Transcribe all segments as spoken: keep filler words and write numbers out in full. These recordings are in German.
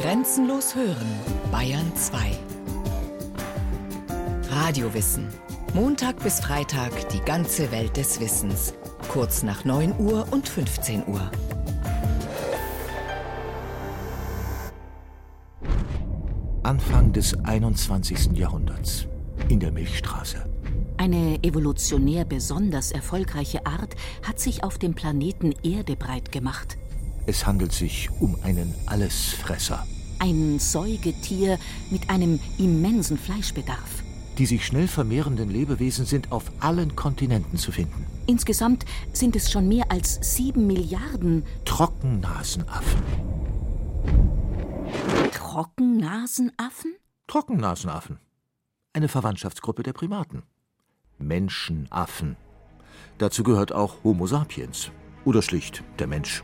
Grenzenlos hören, Bayern zwei. Radiowissen. Montag bis Freitag die ganze Welt des Wissens. Kurz nach neun Uhr und fünfzehn Uhr. Anfang des einundzwanzigsten Jahrhunderts. In der Milchstraße. Eine evolutionär besonders erfolgreiche Art hat sich auf dem Planeten Erde breit gemacht. Es handelt sich um einen Allesfresser. Ein Säugetier mit einem immensen Fleischbedarf. Die sich schnell vermehrenden Lebewesen sind auf allen Kontinenten zu finden. Insgesamt sind es schon mehr als sieben Milliarden Trockennasenaffen. Trockennasenaffen? Trockennasenaffen. Eine Verwandtschaftsgruppe der Primaten. Menschenaffen. Dazu gehört auch Homo sapiens oder schlicht der Mensch.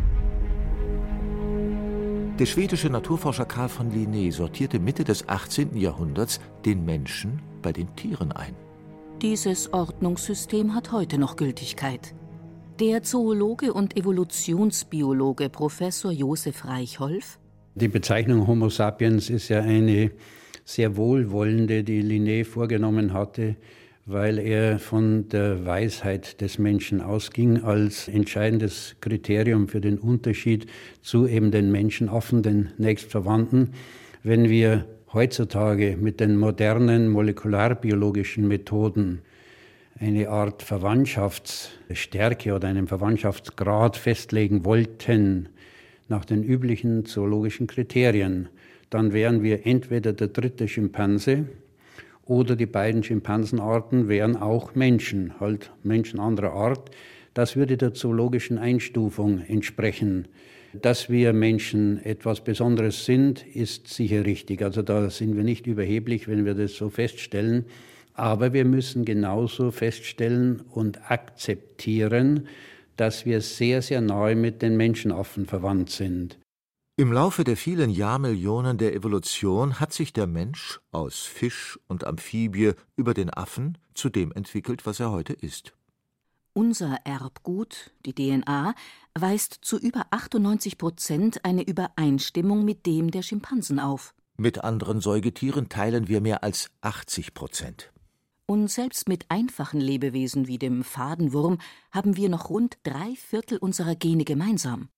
Der schwedische Naturforscher Carl von Linné sortierte Mitte des achtzehnten Jahrhunderts den Menschen bei den Tieren ein. Dieses Ordnungssystem hat heute noch Gültigkeit. Der Zoologe und Evolutionsbiologe Professor Josef Reichholf: Die Bezeichnung Homo sapiens ist ja eine sehr wohlwollende, die Linné vorgenommen hatte, weil er von der Weisheit des Menschen ausging als entscheidendes Kriterium für den Unterschied zu eben den Menschenaffen, den nächstverwandten. Wenn wir heutzutage mit den modernen molekularbiologischen Methoden eine Art Verwandtschaftsstärke oder einen Verwandtschaftsgrad festlegen wollten, nach den üblichen zoologischen Kriterien, dann wären wir entweder der dritte Schimpanse oder die beiden Schimpansenarten wären auch Menschen, halt Menschen anderer Art. Das würde der zoologischen Einstufung entsprechen. Dass wir Menschen etwas Besonderes sind, ist sicher richtig. Also da sind wir nicht überheblich, wenn wir das so feststellen. Aber wir müssen genauso feststellen und akzeptieren, dass wir sehr, sehr nahe mit den Menschenaffen verwandt sind. Im Laufe der vielen Jahrmillionen der Evolution hat sich der Mensch aus Fisch und Amphibie über den Affen zu dem entwickelt, was er heute ist. Unser Erbgut, die D N A, weist zu über achtundneunzig Prozent eine Übereinstimmung mit dem der Schimpansen auf. Mit anderen Säugetieren teilen wir mehr als achtzig Prozent. Und selbst mit einfachen Lebewesen wie dem Fadenwurm haben wir noch rund drei Viertel unserer Gene gemeinsam.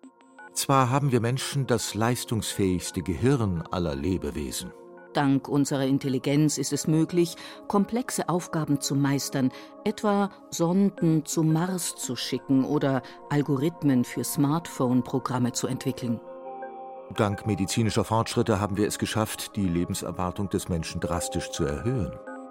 Zwar haben wir Menschen das leistungsfähigste Gehirn aller Lebewesen. Dank unserer Intelligenz ist es möglich, komplexe Aufgaben zu meistern, etwa Sonden zum Mars zu schicken oder Algorithmen für Smartphone-Programme zu entwickeln. Dank medizinischer Fortschritte haben wir es geschafft, die Lebenserwartung des Menschen drastisch zu erhöhen.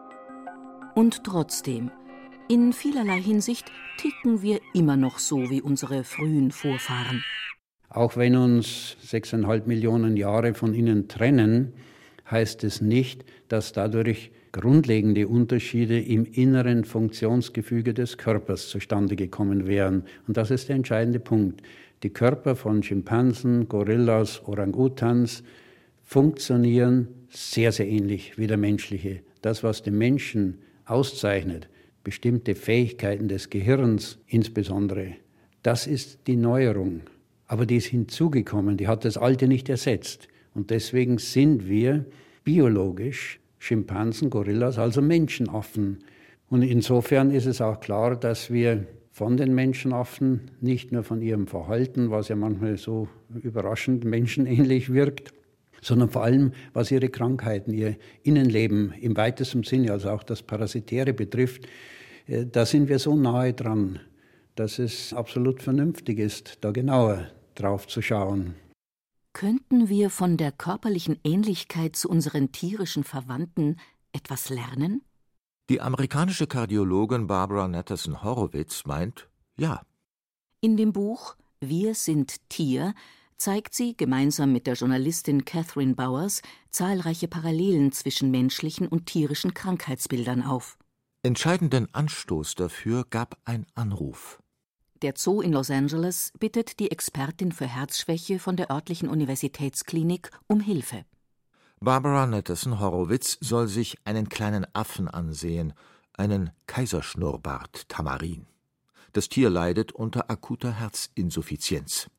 Und trotzdem, in vielerlei Hinsicht ticken wir immer noch so wie unsere frühen Vorfahren. Auch wenn uns sechseinhalb Millionen Jahre von ihnen trennen, heißt es nicht, dass dadurch grundlegende Unterschiede im inneren Funktionsgefüge des Körpers zustande gekommen wären. Und das ist der entscheidende Punkt. Die Körper von Schimpansen, Gorillas, Orang-Utans funktionieren sehr, sehr ähnlich wie der menschliche. Das, was den Menschen auszeichnet, bestimmte Fähigkeiten des Gehirns insbesondere, das ist die Neuerung. Aber die ist hinzugekommen, die hat das Alte nicht ersetzt. Und deswegen sind wir biologisch Schimpansen, Gorillas, also Menschenaffen. Und insofern ist es auch klar, dass wir von den Menschenaffen, nicht nur von ihrem Verhalten, was ja manchmal so überraschend menschenähnlich wirkt, sondern vor allem, was ihre Krankheiten, ihr Innenleben im weitesten Sinne, also auch das Parasitäre betrifft, da sind wir so nahe dran, dass es absolut vernünftig ist, da genauer drauf zu schauen. Könnten wir von der körperlichen Ähnlichkeit zu unseren tierischen Verwandten etwas lernen? Die amerikanische Kardiologin Barbara Natterson Horowitz meint, ja. In dem Buch »Wir sind Tier« zeigt sie gemeinsam mit der Journalistin Catherine Bowers zahlreiche Parallelen zwischen menschlichen und tierischen Krankheitsbildern auf. Entscheidenden Anstoß dafür gab ein Anruf. Der Zoo in Los Angeles bittet die Expertin für Herzschwäche von der örtlichen Universitätsklinik um Hilfe. Barbara Natterson Horowitz soll sich einen kleinen Affen ansehen, einen Kaiserschnurrbart-Tamarin. Das Tier leidet unter akuter Herzinsuffizienz.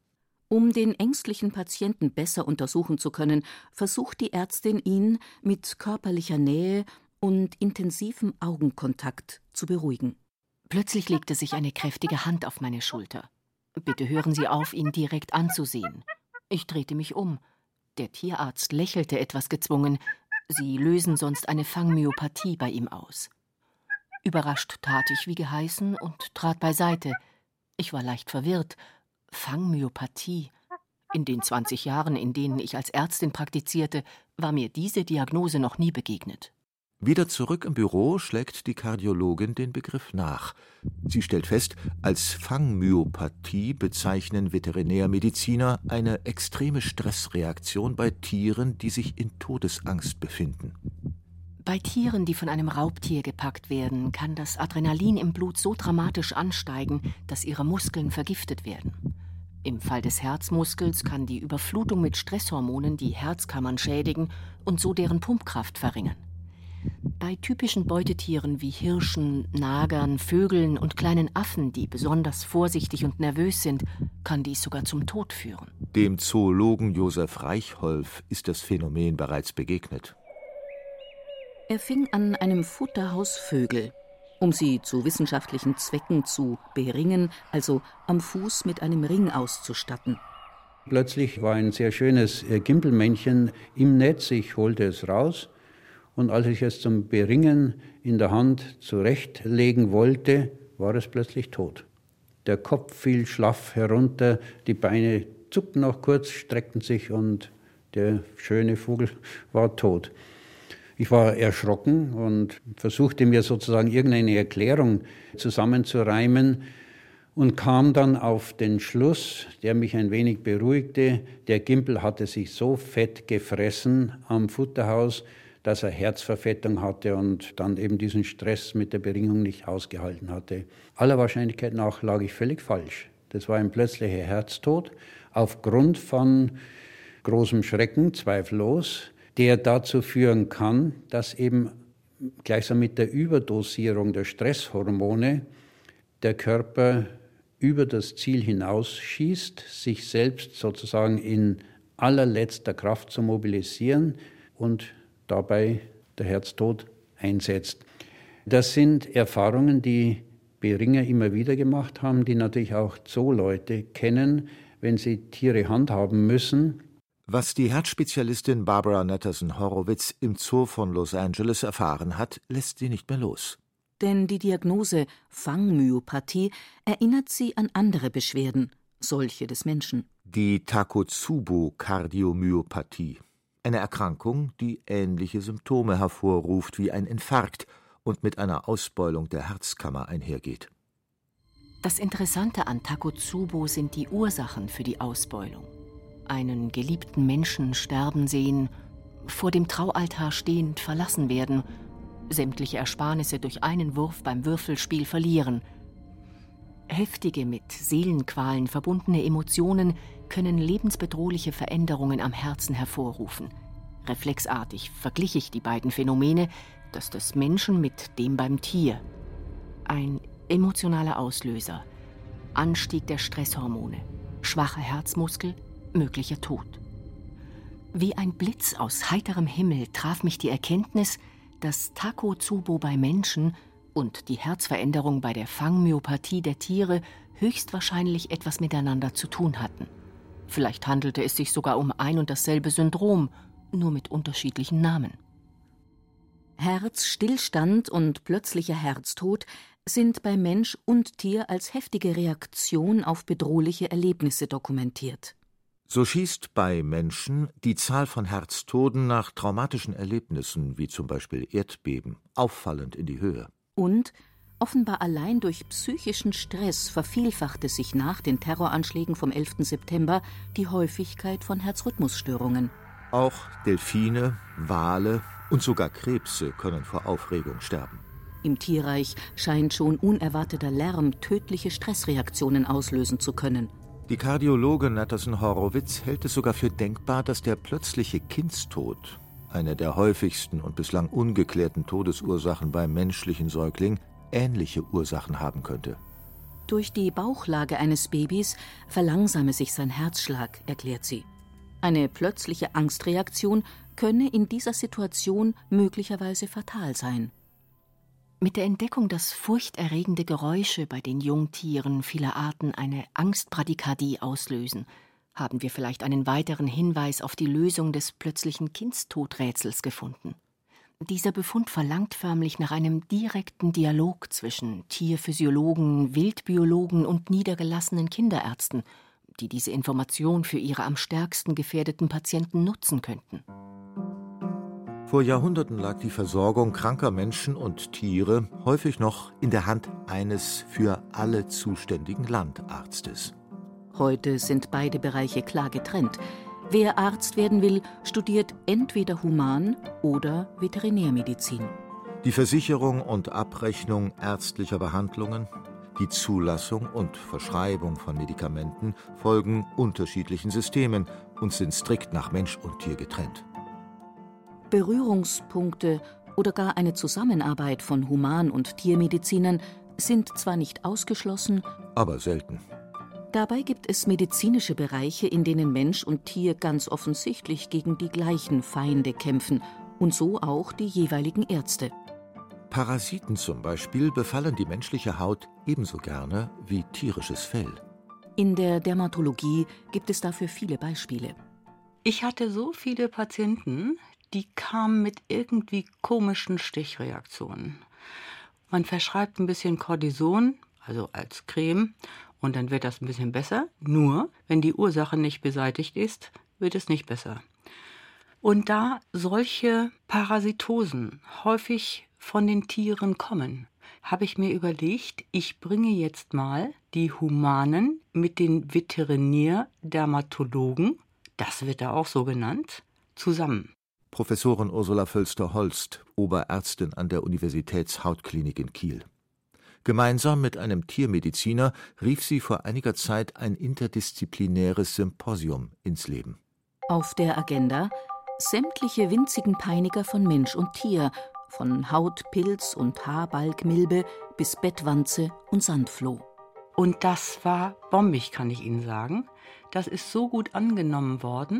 Um den ängstlichen Patienten besser untersuchen zu können, versucht die Ärztin, ihn mit körperlicher Nähe und intensivem Augenkontakt zu beruhigen. Plötzlich legte sich eine kräftige Hand auf meine Schulter. »Bitte hören Sie auf, ihn direkt anzusehen.« Ich drehte mich um. Der Tierarzt lächelte etwas gezwungen. Sie lösen sonst eine Fangmyopathie bei ihm aus. Überrascht tat ich wie geheißen und trat beiseite. Ich war leicht verwirrt. Fangmyopathie. In den zwanzig Jahren, in denen ich als Ärztin praktizierte, war mir diese Diagnose noch nie begegnet. Wieder zurück im Büro schlägt die Kardiologin den Begriff nach. Sie stellt fest, als Fangmyopathie bezeichnen Veterinärmediziner eine extreme Stressreaktion bei Tieren, die sich in Todesangst befinden. Bei Tieren, die von einem Raubtier gepackt werden, kann das Adrenalin im Blut so dramatisch ansteigen, dass ihre Muskeln vergiftet werden. Im Fall des Herzmuskels kann die Überflutung mit Stresshormonen die Herzkammern schädigen und so deren Pumpkraft verringern. Bei typischen Beutetieren wie Hirschen, Nagern, Vögeln und kleinen Affen, die besonders vorsichtig und nervös sind, kann dies sogar zum Tod führen. Dem Zoologen Josef Reichholf ist das Phänomen bereits begegnet. Er fing an einem Futterhaus Vögel, um sie zu wissenschaftlichen Zwecken zu beringen, also am Fuß mit einem Ring auszustatten. Plötzlich war ein sehr schönes Gimpelmännchen im Netz, ich holte es raus und als ich es zum Beringen in der Hand zurechtlegen wollte, war es plötzlich tot. Der Kopf fiel schlaff herunter, die Beine zuckten noch kurz, streckten sich und der schöne Vogel war tot. Ich war erschrocken und versuchte mir sozusagen irgendeine Erklärung zusammenzureimen und kam dann auf den Schluss, der mich ein wenig beruhigte, der Gimpel hatte sich so fett gefressen am Futterhaus, dass er Herzverfettung hatte und dann eben diesen Stress mit der Beringung nicht ausgehalten hatte. Aller Wahrscheinlichkeit nach lag ich völlig falsch. Das war ein plötzlicher Herztod aufgrund von großem Schrecken, zweifellos, der dazu führen kann, dass eben gleichsam mit der Überdosierung der Stresshormone der Körper über das Ziel hinausschießt, sich selbst sozusagen in allerletzter Kraft zu mobilisieren und dabei der Herztod einsetzt. Das sind Erfahrungen, die Beringer immer wieder gemacht haben, die natürlich auch Zooleute kennen, wenn sie Tiere handhaben müssen. Was die Herzspezialistin Barbara Natterson-Horowitz im Zoo von Los Angeles erfahren hat, lässt sie nicht mehr los. Denn die Diagnose Fangmyopathie erinnert sie an andere Beschwerden, solche des Menschen. Die Takotsubo-Kardiomyopathie. Eine Erkrankung, die ähnliche Symptome hervorruft wie ein Infarkt und mit einer Ausbeulung der Herzkammer einhergeht. Das Interessante an Takotsubo sind die Ursachen für die Ausbeulung. Einen geliebten Menschen sterben sehen, vor dem Traualtar stehend verlassen werden, sämtliche Ersparnisse durch einen Wurf beim Würfelspiel verlieren. Heftige, mit Seelenqualen verbundene Emotionen können lebensbedrohliche Veränderungen am Herzen hervorrufen. Reflexartig verglich ich die beiden Phänomene, das des Menschen mit dem beim Tier. Ein emotionaler Auslöser, Anstieg der Stresshormone, schwacher Herzmuskel, möglicher Tod. Wie ein Blitz aus heiterem Himmel traf mich die Erkenntnis, dass Takotsubo bei Menschen und die Herzveränderung bei der Fangmyopathie der Tiere höchstwahrscheinlich etwas miteinander zu tun hatten. Vielleicht handelte es sich sogar um ein und dasselbe Syndrom, nur mit unterschiedlichen Namen. Herzstillstand und plötzlicher Herztod sind bei Mensch und Tier als heftige Reaktion auf bedrohliche Erlebnisse dokumentiert. So schießt bei Menschen die Zahl von Herztoden nach traumatischen Erlebnissen, wie zum Beispiel Erdbeben, auffallend in die Höhe. Und offenbar allein durch psychischen Stress vervielfachte sich nach den Terroranschlägen vom elften September die Häufigkeit von Herzrhythmusstörungen. Auch Delfine, Wale und sogar Krebse können vor Aufregung sterben. Im Tierreich scheint schon unerwarteter Lärm tödliche Stressreaktionen auslösen zu können. Die Kardiologin Natterson-Horowitz hält es sogar für denkbar, dass der plötzliche Kindstod, eine der häufigsten und bislang ungeklärten Todesursachen beim menschlichen Säugling, ähnliche Ursachen haben könnte. Durch die Bauchlage eines Babys verlangsame sich sein Herzschlag, erklärt sie. Eine plötzliche Angstreaktion könne in dieser Situation möglicherweise fatal sein. Mit der Entdeckung, dass furchterregende Geräusche bei den Jungtieren vieler Arten eine Angstbradykardie auslösen, haben wir vielleicht einen weiteren Hinweis auf die Lösung des plötzlichen Kindstodrätsels gefunden. Dieser Befund verlangt förmlich nach einem direkten Dialog zwischen Tierphysiologen, Wildbiologen und niedergelassenen Kinderärzten, die diese Information für ihre am stärksten gefährdeten Patienten nutzen könnten. Vor Jahrhunderten lag die Versorgung kranker Menschen und Tiere häufig noch in der Hand eines für alle zuständigen Landarztes. Heute sind beide Bereiche klar getrennt. Wer Arzt werden will, studiert entweder Human- oder Veterinärmedizin. Die Versicherung und Abrechnung ärztlicher Behandlungen, die Zulassung und Verschreibung von Medikamenten folgen unterschiedlichen Systemen und sind strikt nach Mensch und Tier getrennt. Berührungspunkte oder gar eine Zusammenarbeit von Human- und Tiermedizinern sind zwar nicht ausgeschlossen, aber selten. Dabei gibt es medizinische Bereiche, in denen Mensch und Tier ganz offensichtlich gegen die gleichen Feinde kämpfen und so auch die jeweiligen Ärzte. Parasiten zum Beispiel befallen die menschliche Haut ebenso gerne wie tierisches Fell. In der Dermatologie gibt es dafür viele Beispiele. Ich hatte so viele Patienten, die kamen mit irgendwie komischen Stichreaktionen. Man verschreibt ein bisschen Cortison, also als Creme, und dann wird das ein bisschen besser. Nur, wenn die Ursache nicht beseitigt ist, wird es nicht besser. Und da solche Parasitosen häufig von den Tieren kommen, habe ich mir überlegt, ich bringe jetzt mal die Humanen mit den Veterinärdermatologen, das wird da auch so genannt, zusammen. Professorin Ursula Völster-Holst, Oberärztin an der Universitätshautklinik in Kiel. Gemeinsam mit einem Tiermediziner rief sie vor einiger Zeit ein interdisziplinäres Symposium ins Leben. Auf der Agenda sämtliche winzigen Peiniger von Mensch und Tier, von Hautpilz und Haarbalgmilbe bis Bettwanze und Sandfloh. Und das war bombig, kann ich Ihnen sagen. Das ist so gut angenommen worden.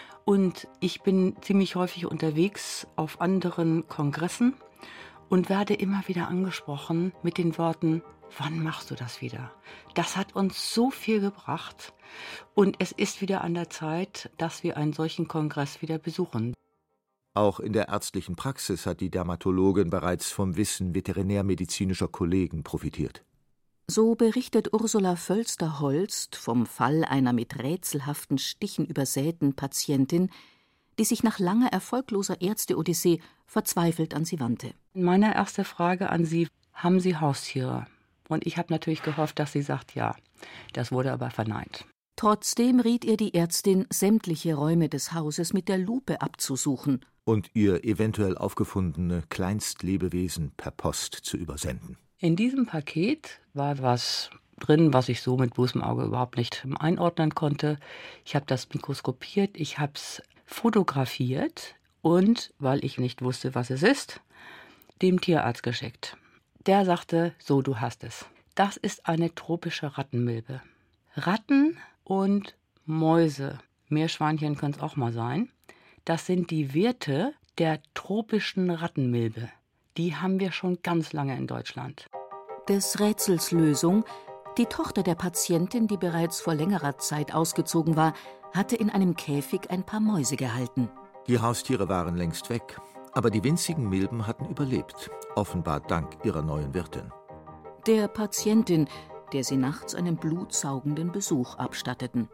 Und ich bin ziemlich häufig unterwegs auf anderen Kongressen und werde immer wieder angesprochen mit den Worten, wann machst du das wieder? Das hat uns so viel gebracht und es ist wieder an der Zeit, dass wir einen solchen Kongress wieder besuchen. Auch in der ärztlichen Praxis hat die Dermatologin bereits vom Wissen veterinärmedizinischer Kollegen profitiert. So berichtet Ursula Völster-Holst vom Fall einer mit rätselhaften Stichen übersäten Patientin, die sich nach langer erfolgloser Ärzte-Odyssee verzweifelt an sie wandte. Meine erste Frage an Sie, haben Sie Haustiere? Und ich habe natürlich gehofft, dass sie sagt ja. Das wurde aber verneint. Trotzdem riet ihr die Ärztin, sämtliche Räume des Hauses mit der Lupe abzusuchen und ihr eventuell aufgefundene Kleinstlebewesen per Post zu übersenden. In diesem Paket war was drin, was ich so mit bloßem Auge überhaupt nicht einordnen konnte. Ich habe das mikroskopiert, ich habe es fotografiert und, weil ich nicht wusste, was es ist, dem Tierarzt geschickt. Der sagte, so, du hast es. Das ist eine tropische Rattenmilbe. Ratten und Mäuse, Meerschweinchen können es auch mal sein, das sind die Werte der tropischen Rattenmilbe. Die haben wir schon ganz lange in Deutschland. Des Rätsels Lösung: Die Tochter der Patientin, die bereits vor längerer Zeit ausgezogen war, hatte in einem Käfig ein paar Mäuse gehalten. Die Haustiere waren längst weg, aber die winzigen Milben hatten überlebt, offenbar dank ihrer neuen Wirtin. Der Patientin, der sie nachts einen blutsaugenden Besuch abstatteten.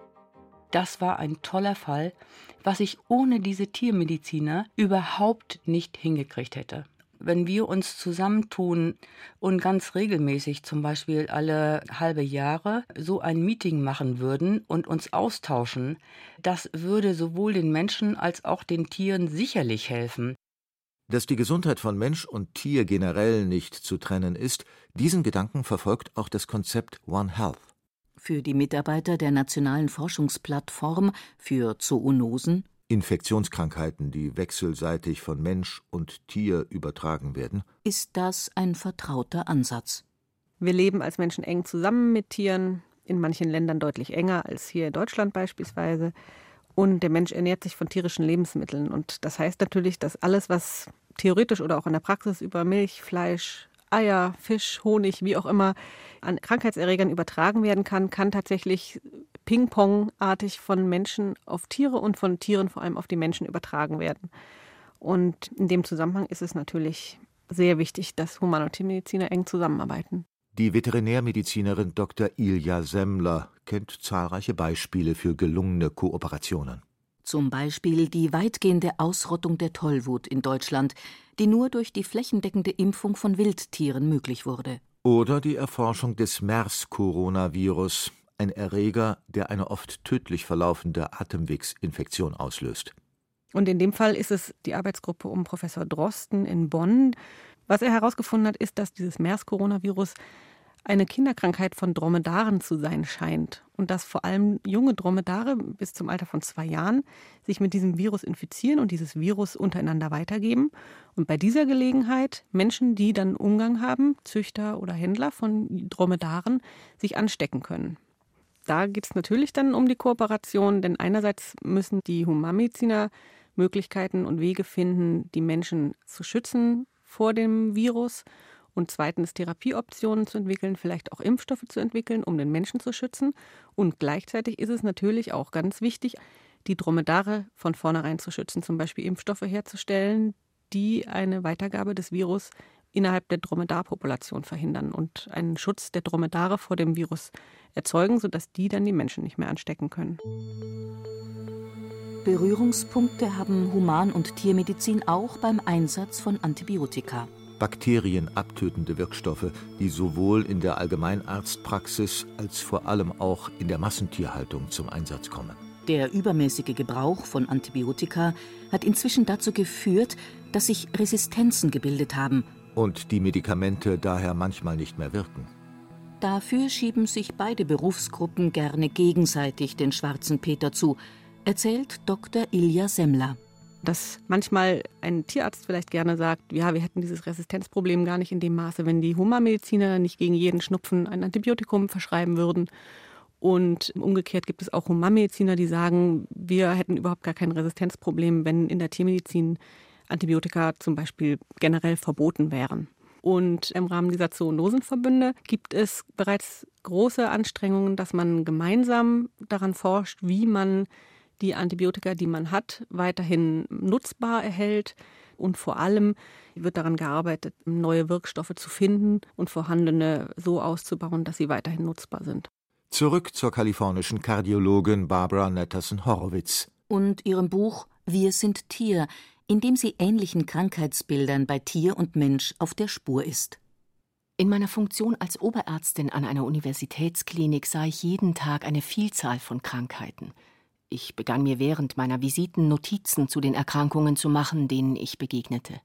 Das war ein toller Fall, was ich ohne diese Tiermediziner überhaupt nicht hingekriegt hätte. Wenn wir uns zusammentun und ganz regelmäßig, zum Beispiel alle halbe Jahre, so ein Meeting machen würden und uns austauschen, das würde sowohl den Menschen als auch den Tieren sicherlich helfen. Dass die Gesundheit von Mensch und Tier generell nicht zu trennen ist, diesen Gedanken verfolgt auch das Konzept One Health. Für die Mitarbeiter der Nationalen Forschungsplattform für Zoonosen, Infektionskrankheiten, die wechselseitig von Mensch und Tier übertragen werden, ist das ein vertrauter Ansatz. Wir leben als Menschen eng zusammen mit Tieren, in manchen Ländern deutlich enger als hier in Deutschland beispielsweise. Und der Mensch ernährt sich von tierischen Lebensmitteln. Und das heißt natürlich, dass alles, was theoretisch oder auch in der Praxis über Milch, Fleisch, Eier, Fisch, Honig, wie auch immer, an Krankheitserregern übertragen werden kann, kann tatsächlich Ping-Pong-artig von Menschen auf Tiere und von Tieren vor allem auf die Menschen übertragen werden. Und in dem Zusammenhang ist es natürlich sehr wichtig, dass Human- und Tiermediziner eng zusammenarbeiten. Die Veterinärmedizinerin Doktor Ilja Semmler kennt zahlreiche Beispiele für gelungene Kooperationen. Zum Beispiel die weitgehende Ausrottung der Tollwut in Deutschland, die nur durch die flächendeckende Impfung von Wildtieren möglich wurde. Oder die Erforschung des MERS-Coronavirus, ein Erreger, der eine oft tödlich verlaufende Atemwegsinfektion auslöst. Und in dem Fall ist es die Arbeitsgruppe um Professor Drosten in Bonn. Was er herausgefunden hat, ist, dass dieses MERS-Coronavirus eine Kinderkrankheit von Dromedaren zu sein scheint und dass vor allem junge Dromedare bis zum Alter von zwei Jahren sich mit diesem Virus infizieren und dieses Virus untereinander weitergeben. Und bei dieser Gelegenheit Menschen, die dann Umgang haben, Züchter oder Händler von Dromedaren, sich anstecken können. Da geht es natürlich dann um die Kooperation, denn einerseits müssen die Humanmediziner Möglichkeiten und Wege finden, die Menschen zu schützen vor dem Virus. Und zweitens Therapieoptionen zu entwickeln, vielleicht auch Impfstoffe zu entwickeln, um den Menschen zu schützen. Und gleichzeitig ist es natürlich auch ganz wichtig, die Dromedare von vornherein zu schützen, zum Beispiel Impfstoffe herzustellen, die eine Weitergabe des Virus innerhalb der Dromedarpopulation verhindern und einen Schutz der Dromedare vor dem Virus erzeugen, sodass die dann die Menschen nicht mehr anstecken können. Berührungspunkte haben Human- und Tiermedizin auch beim Einsatz von Antibiotika. Bakterienabtötende Wirkstoffe, die sowohl in der Allgemeinarztpraxis als vor allem auch in der Massentierhaltung zum Einsatz kommen. Der übermäßige Gebrauch von Antibiotika hat inzwischen dazu geführt, dass sich Resistenzen gebildet haben. Und die Medikamente daher manchmal nicht mehr wirken. Dafür schieben sich beide Berufsgruppen gerne gegenseitig den schwarzen Peter zu, erzählt Doktor Ilja Semmler. Dass manchmal ein Tierarzt vielleicht gerne sagt, ja, wir hätten dieses Resistenzproblem gar nicht in dem Maße, wenn die Humanmediziner nicht gegen jeden Schnupfen ein Antibiotikum verschreiben würden. Und umgekehrt gibt es auch Humanmediziner, die sagen, wir hätten überhaupt gar kein Resistenzproblem, wenn in der Tiermedizin Antibiotika zum Beispiel generell verboten wären. Und im Rahmen dieser Zoonosenverbünde gibt es bereits große Anstrengungen, dass man gemeinsam daran forscht, wie man die Antibiotika, die man hat, weiterhin nutzbar erhält. Und vor allem wird daran gearbeitet, neue Wirkstoffe zu finden und vorhandene so auszubauen, dass sie weiterhin nutzbar sind. Zurück zur kalifornischen Kardiologin Barbara Netterson-Horowitz. Und ihrem Buch »Wir sind Tier«, in dem sie ähnlichen Krankheitsbildern bei Tier und Mensch auf der Spur ist. In meiner Funktion als Oberärztin an einer Universitätsklinik sah ich jeden Tag eine Vielzahl von Krankheiten. Ich begann mir während meiner Visiten Notizen zu den Erkrankungen zu machen, denen ich begegnete.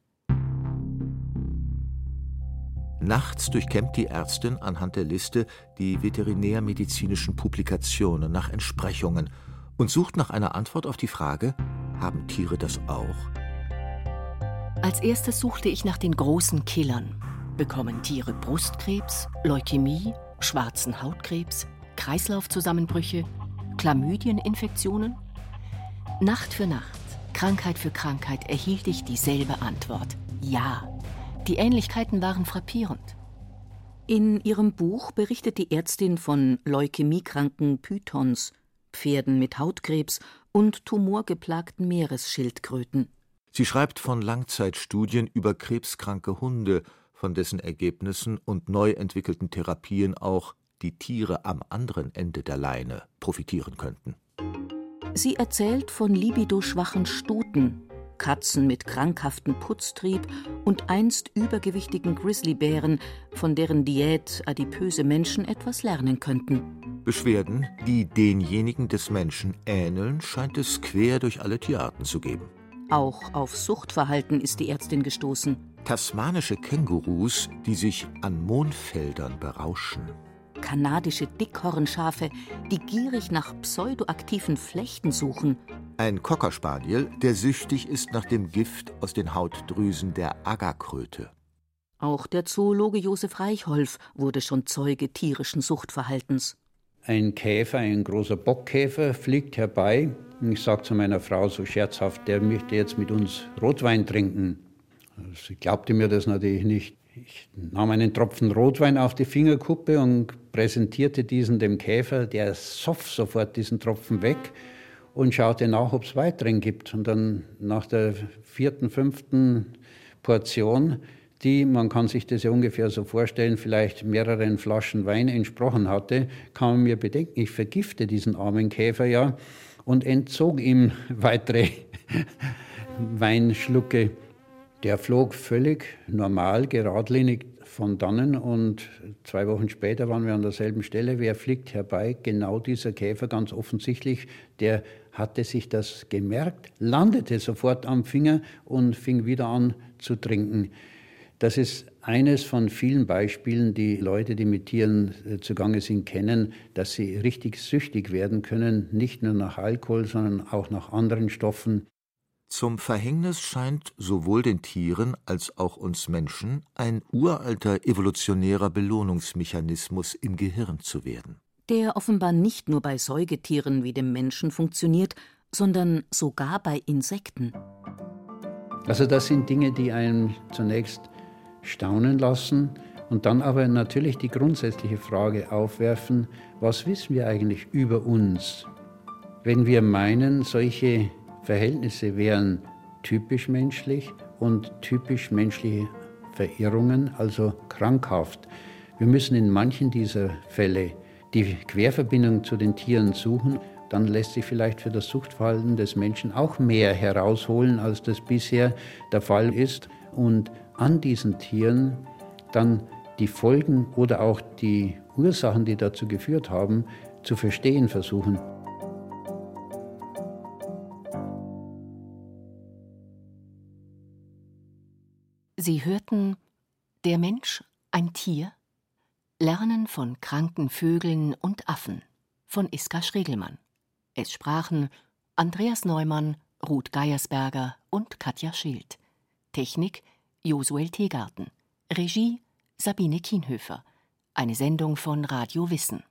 Nachts durchkämmt die Ärztin anhand der Liste die veterinärmedizinischen Publikationen nach Entsprechungen und sucht nach einer Antwort auf die Frage, haben Tiere das auch? Als erstes suchte ich nach den großen Killern. Bekommen Tiere Brustkrebs, Leukämie, schwarzen Hautkrebs, Kreislaufzusammenbrüche, Chlamydieninfektionen? Nacht für Nacht, Krankheit für Krankheit erhielt ich dieselbe Antwort. Ja. Die Ähnlichkeiten waren frappierend. In ihrem Buch berichtet die Ärztin von leukämiekranken Pythons, Pferden mit Hautkrebs und tumorgeplagten Meeresschildkröten. Sie schreibt von Langzeitstudien über krebskranke Hunde, von dessen Ergebnissen und neu entwickelten Therapien auch die Tiere am anderen Ende der Leine profitieren könnten. Sie erzählt von libidoschwachen Stuten, Katzen mit krankhaftem Putztrieb und einst übergewichtigen Grizzlybären, von deren Diät adipöse Menschen etwas lernen könnten. Beschwerden, die denjenigen des Menschen ähneln, scheint es quer durch alle Tierarten zu geben. Auch auf Suchtverhalten ist die Ärztin gestoßen. Tasmanische Kängurus, die sich an Mohnfeldern berauschen. Kanadische Dickhornschafe, die gierig nach pseudoaktiven Flechten suchen. Ein Cocker Spaniel, der süchtig ist nach dem Gift aus den Hautdrüsen der Aggerkröte. Auch der Zoologe Josef Reichholf wurde schon Zeuge tierischen Suchtverhaltens. Ein Käfer, ein großer Bockkäfer, fliegt herbei. Und ich sage zu meiner Frau so scherzhaft, der möchte jetzt mit uns Rotwein trinken. Sie glaubte mir das natürlich nicht. Ich nahm einen Tropfen Rotwein auf die Fingerkuppe und präsentierte diesen dem Käfer. Der soff sofort diesen Tropfen weg und schaute nach, ob es weiteren gibt. Und dann nach der vierten, fünften Portion, die, man kann sich das ja ungefähr so vorstellen, vielleicht mehreren Flaschen Wein entsprochen hatte, kann man mir bedenken, ich vergifte diesen armen Käfer ja und entzog ihm weitere Weinschlucke. Der flog völlig normal, geradlinig von dannen und zwei Wochen später waren wir an derselben Stelle. Wer fliegt herbei? Genau dieser Käfer, ganz offensichtlich. Der hatte sich das gemerkt, landete sofort am Finger und fing wieder an zu trinken. Das ist eines von vielen Beispielen, die Leute, die mit Tieren zugange sind, kennen, dass sie richtig süchtig werden können, nicht nur nach Alkohol, sondern auch nach anderen Stoffen. Zum Verhängnis scheint sowohl den Tieren als auch uns Menschen ein uralter evolutionärer Belohnungsmechanismus im Gehirn zu werden. Der offenbar nicht nur bei Säugetieren wie dem Menschen funktioniert, sondern sogar bei Insekten. Also das sind Dinge, die einen zunächst staunen lassen und dann aber natürlich die grundsätzliche Frage aufwerfen, was wissen wir eigentlich über uns? Wenn wir meinen, solche Verhältnisse wären typisch menschlich und typisch menschliche Verirrungen, also krankhaft. Wir müssen in manchen dieser Fälle die Querverbindung zu den Tieren suchen. Dann lässt sich vielleicht für das Suchtverhalten des Menschen auch mehr herausholen, als das bisher der Fall ist. Und an diesen Tieren dann die Folgen oder auch die Ursachen, die dazu geführt haben, zu verstehen versuchen. Sie hörten Der Mensch, ein Tier? Lernen von kranken Vögeln und Affen von Iska Schregelmann. Es sprachen Andreas Neumann, Ruth Geiersberger und Katja Schild. Technik Josuel Tegarten. Regie Sabine Kienhöfer. Eine Sendung von Radio Wissen.